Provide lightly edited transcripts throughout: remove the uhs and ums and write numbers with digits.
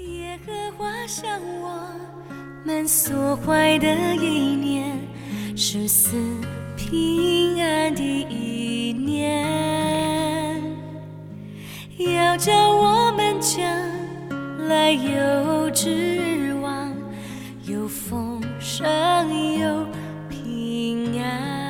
耶和华向我们所怀的意念是赐平安的意念，要叫我们将来有指望，有丰盛有平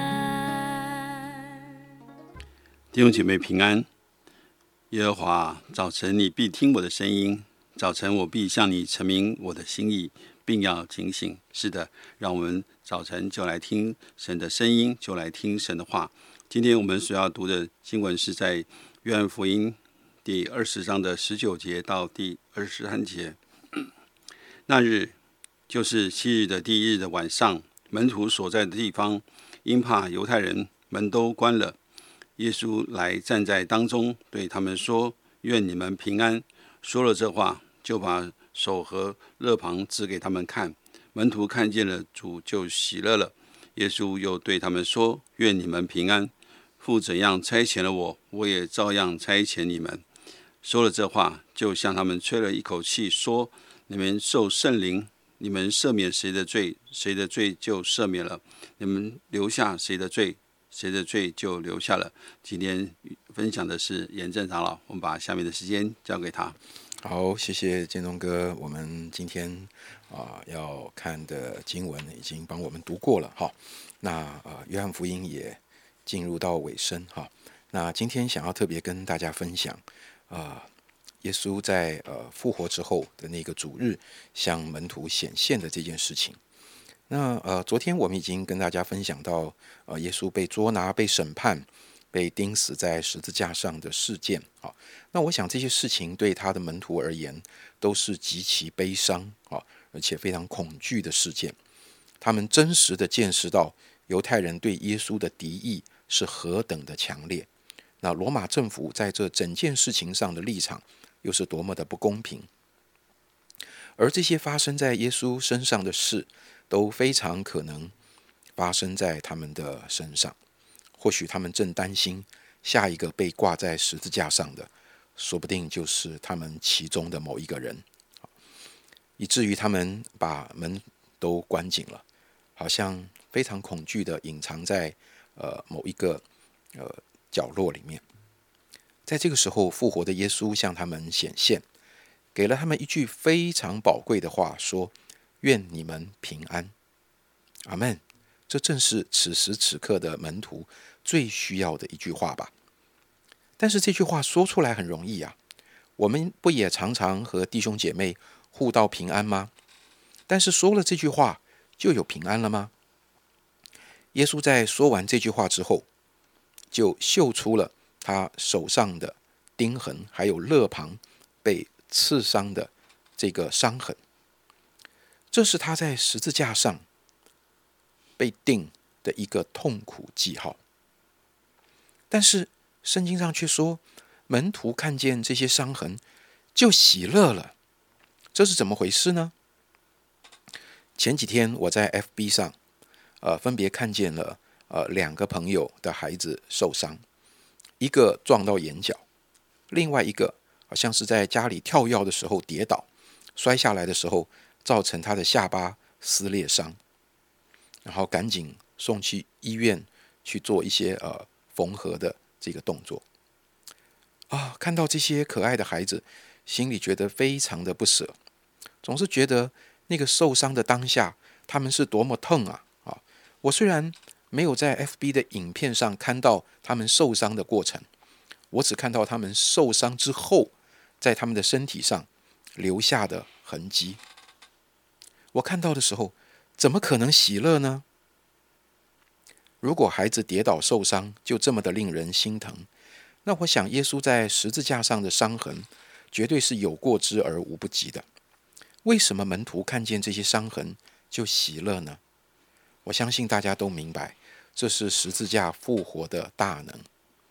安。 弟兄姐妹平安。耶和华，早晨你必听我的声音，早晨我必向你陈明我的心意，并要警醒。是的，让我们早晨就来听神的声音，就来听神的话。今天我们所要读的经文是在约翰福音第20章的19节到第23节。那日就是7日的第1日的晚上，门徒所在的地方，因怕犹太人，门都关了。耶稣来站在当中，对他们说：愿你们平安。说了这话，就把手和肋旁指给他们看。门徒看见了主，就喜乐了。耶稣又对他们说：愿你们平安。父怎样差遣了我，我也照样差遣你们。说了这话，就向他们吹了一口气，说：你们受圣灵，你们赦免谁的罪，谁的罪就赦免了；你们留下谁的罪，谁的罪就留下了。今天分享的是严正长老，我们把下面的时间交给他。 好，谢谢建中哥。我们今天要看的经文已经帮我们读过了哈。那约翰福音也进入到尾声哈。那今天想要特别跟大家分享耶稣在复活之后的那个主日向门徒显现的这件事情。那昨天我们已经跟大家分享到耶稣被捉拿、被审判、被钉死在十字架上的事件。那我想这些事情对他的门徒而言都是极其悲伤而且非常恐惧的事件。他们真实的见识到犹太人对耶稣的敌意是何等的强烈，那罗马政府在这整件事情上的立场又是多么的不公平。而这些发生在耶稣身上的事都非常可能发生在他们的身上。或许他们正担心下一个被挂在十字架上的，说不定就是他们其中的某一个人，以至于他们把门都关紧了，好像非常恐惧的隐藏在某一个角落里面。在这个时候，复活的耶稣向他们显现，给了他们一句非常宝贵的话，说：愿你们平安。阿们。这正是此时此刻的门徒最需要的一句话吧。但是这句话说出来很容易啊，我们不也常常和弟兄姐妹互道平安吗？但是说了这句话就有平安了吗？耶稣在说完这句话之后，就秀出了他手上的钉痕，还有肋旁被刺伤的这个伤痕。这是他在十字架上被钉的一个痛苦记号。但是圣经上却说，门徒看见这些伤痕就喜乐了。这是怎么回事呢？前几天我在 FB 上分别看见了2个朋友的孩子受伤，一个撞到眼角，另外一个好像是在家里跳跃的时候跌倒，摔下来的时候造成他的下巴撕裂伤，然后赶紧送去医院去做一些缝合的这个动作。看到这些可爱的孩子，心里觉得非常的不舍，总是觉得那个受伤的当下，他们是多么痛啊！我虽然没有在 FB 的影片上看到他们受伤的过程，我只看到他们受伤之后，在他们的身体上留下的痕迹。我看到的时候，怎么可能喜乐呢？如果孩子跌倒受伤就这么的令人心疼，那我想耶稣在十字架上的伤痕绝对是有过之而无不及的。为什么门徒看见这些伤痕就喜乐呢？我相信大家都明白，这是十字架复活的大能。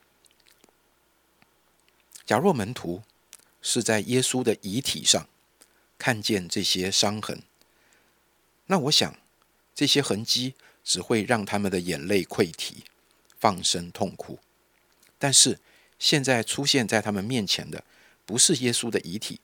假若门徒是在耶稣的遗体上看见这些伤痕，那我想这些痕迹只会让他们的眼泪溃堤，放声痛哭。但是现在出现在他们面前的不是耶稣的遗体，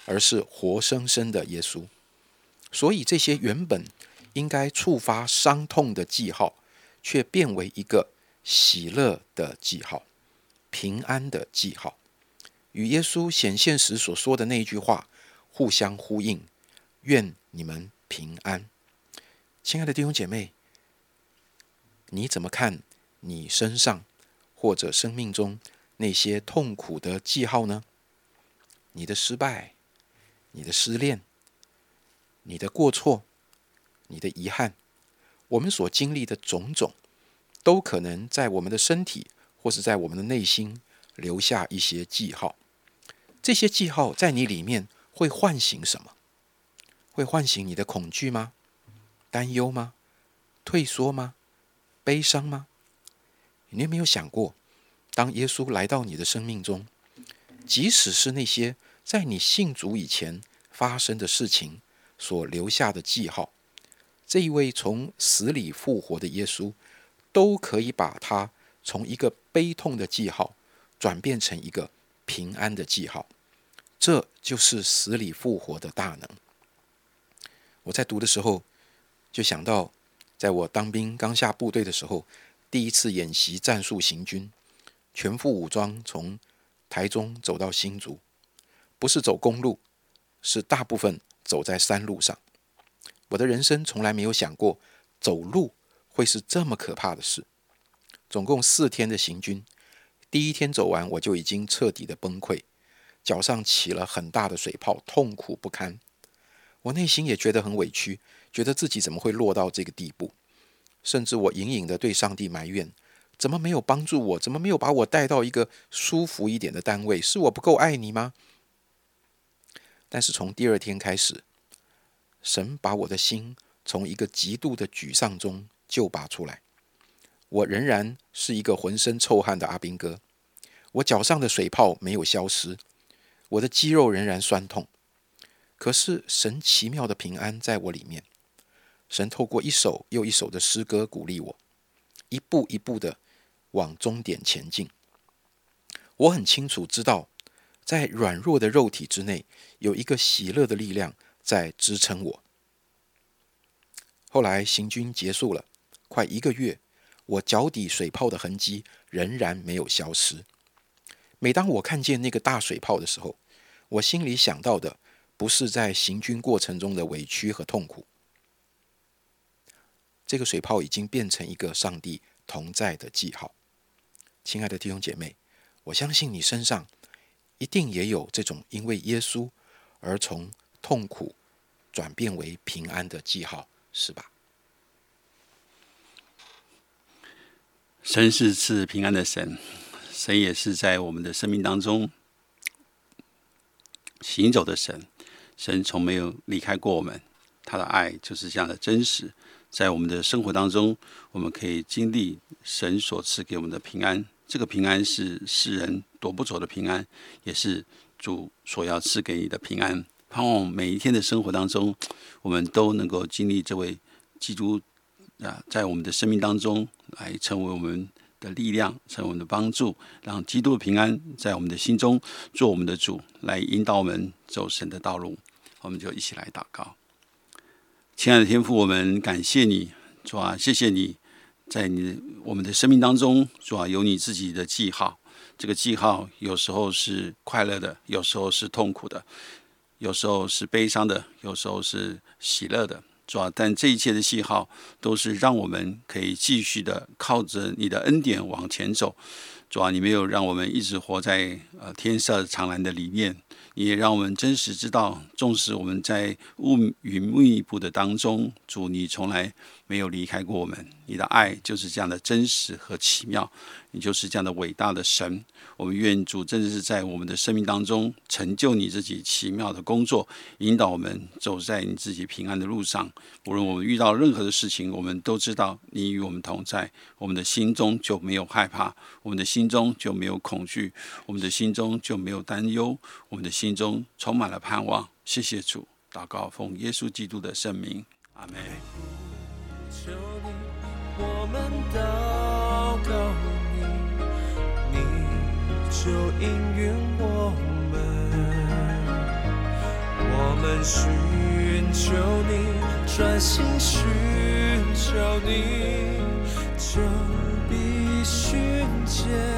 而是活生生的耶稣。所以这些原本应该触发伤痛的记号，却变为一个喜乐的记号，平安的记号，与耶稣显现时所说的那一句话互相呼应，愿你们平安。亲爱的弟兄姐妹，你怎么看你身上或者生命中那些痛苦的记号呢？你的失败，你的失恋，你的过错，你的遗憾，我们所经历的种种，都可能在我们的身体或是在我们的内心留下一些记号。这些记号在你里面会唤醒什么？会唤醒你的恐惧吗？担忧吗？退缩吗？悲伤吗？你有没有想过，当耶稣来到你的生命中，即使是那些在你信主以前发生的事情所留下的记号，这一位从死里复活的耶稣都可以把它从一个悲痛的记号转变成一个平安的记号。这就是死里复活的大能。我在读的时候就想到，在我当兵刚下部队的时候，第一次演习战术行军，全副武装从台中走到新竹，不是走公路，是大部分走在山路上。我的人生从来没有想过走路会是这么可怕的事。总共4天的行军，第1天走完我就已经彻底的崩溃，脚上起了很大的水泡，痛苦不堪。我内心也觉得很委屈，觉得自己怎么会落到这个地步，甚至我隐隐的对上帝埋怨，怎么没有帮助我，怎么没有把我带到一个舒服一点的单位，是我不够爱你吗？但是从第2天开始，神把我的心从一个极度的沮丧中救拔出来。我仍然是一个浑身臭汗的阿兵哥，我脚上的水泡没有消失，我的肌肉仍然酸痛，可是神奇妙的平安在我里面。神透过一首又一首的诗歌鼓励我，一步一步的往终点前进。我很清楚知道，在软弱的肉体之内，有一个喜乐的力量在支撑我。后来行军结束了，快1个月，我脚底水泡的痕迹仍然没有消失。每当我看见那个大水泡的时候，我心里想到的不是在行军过程中的委屈和痛苦，这个水泡已经变成一个上帝同在的记号。亲爱的弟兄姐妹，我相信你身上一定也有这种因为耶稣而从痛苦转变为平安的记号，是吧？ 神是赐平安的神，神也是在我们的生命当中行走的神。神从没有离开过我们，他的爱就是这样的真实。在我们的生活当中，我们可以经历神所赐给我们的平安。这个平安是世人夺不走的平安，也是主所要赐给你的平安。盼望每一天的生活当中，我们都能够经历这位基督在我们的生命当中来成为我们的力量，成为我们的帮助，让基督的平安在我们的心中做我们的主，来引导我们走神的道路。我们就一起来祷告。亲爱的天父，我们感谢你，主啊，谢谢你在我们的生命当中，主啊，有你自己的记号。这个记号有时候是快乐的，有时候是痛苦的，有时候是悲伤的，有时候是喜乐的，主啊，但这一切的记号都是让我们可以继续的靠着你的恩典往前走。主啊，你没有让我们一直活在天色长蓝的里面，你也让我们真实知道，纵使我们在乌云密布的当中，主你从来没有离开过我们。你的爱就是这样的真实和奇妙，你就是这样的伟大的神。我们愿主真的是在我们的生命当中成就你自己奇妙的工作，引导我们走在你自己平安的路上。无论我们遇到任何的事情，我们都知道你与我们同在，我们的心中就没有害怕，我们的心中就没有恐惧，我们的心中就没有担忧，我们的心中充满了盼望。谢谢主，祷告奉耶稣基督的圣名，阿们。 求你，我们祷告你，你就应允我们。 们寻求你，专心寻求你，就必寻见。